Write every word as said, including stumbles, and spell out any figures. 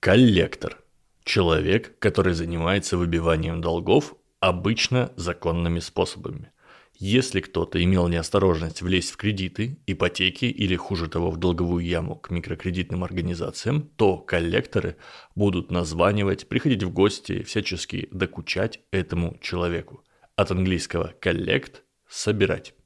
Коллектор – человек, который занимается выбиванием долгов, обычно законными способами. Если кто-то имел неосторожность влезть в кредиты, ипотеки или, хуже того, в долговую яму к микрокредитным организациям, то коллекторы будут названивать, приходить в гости, всячески докучать этому человеку. От английского collect – собирать.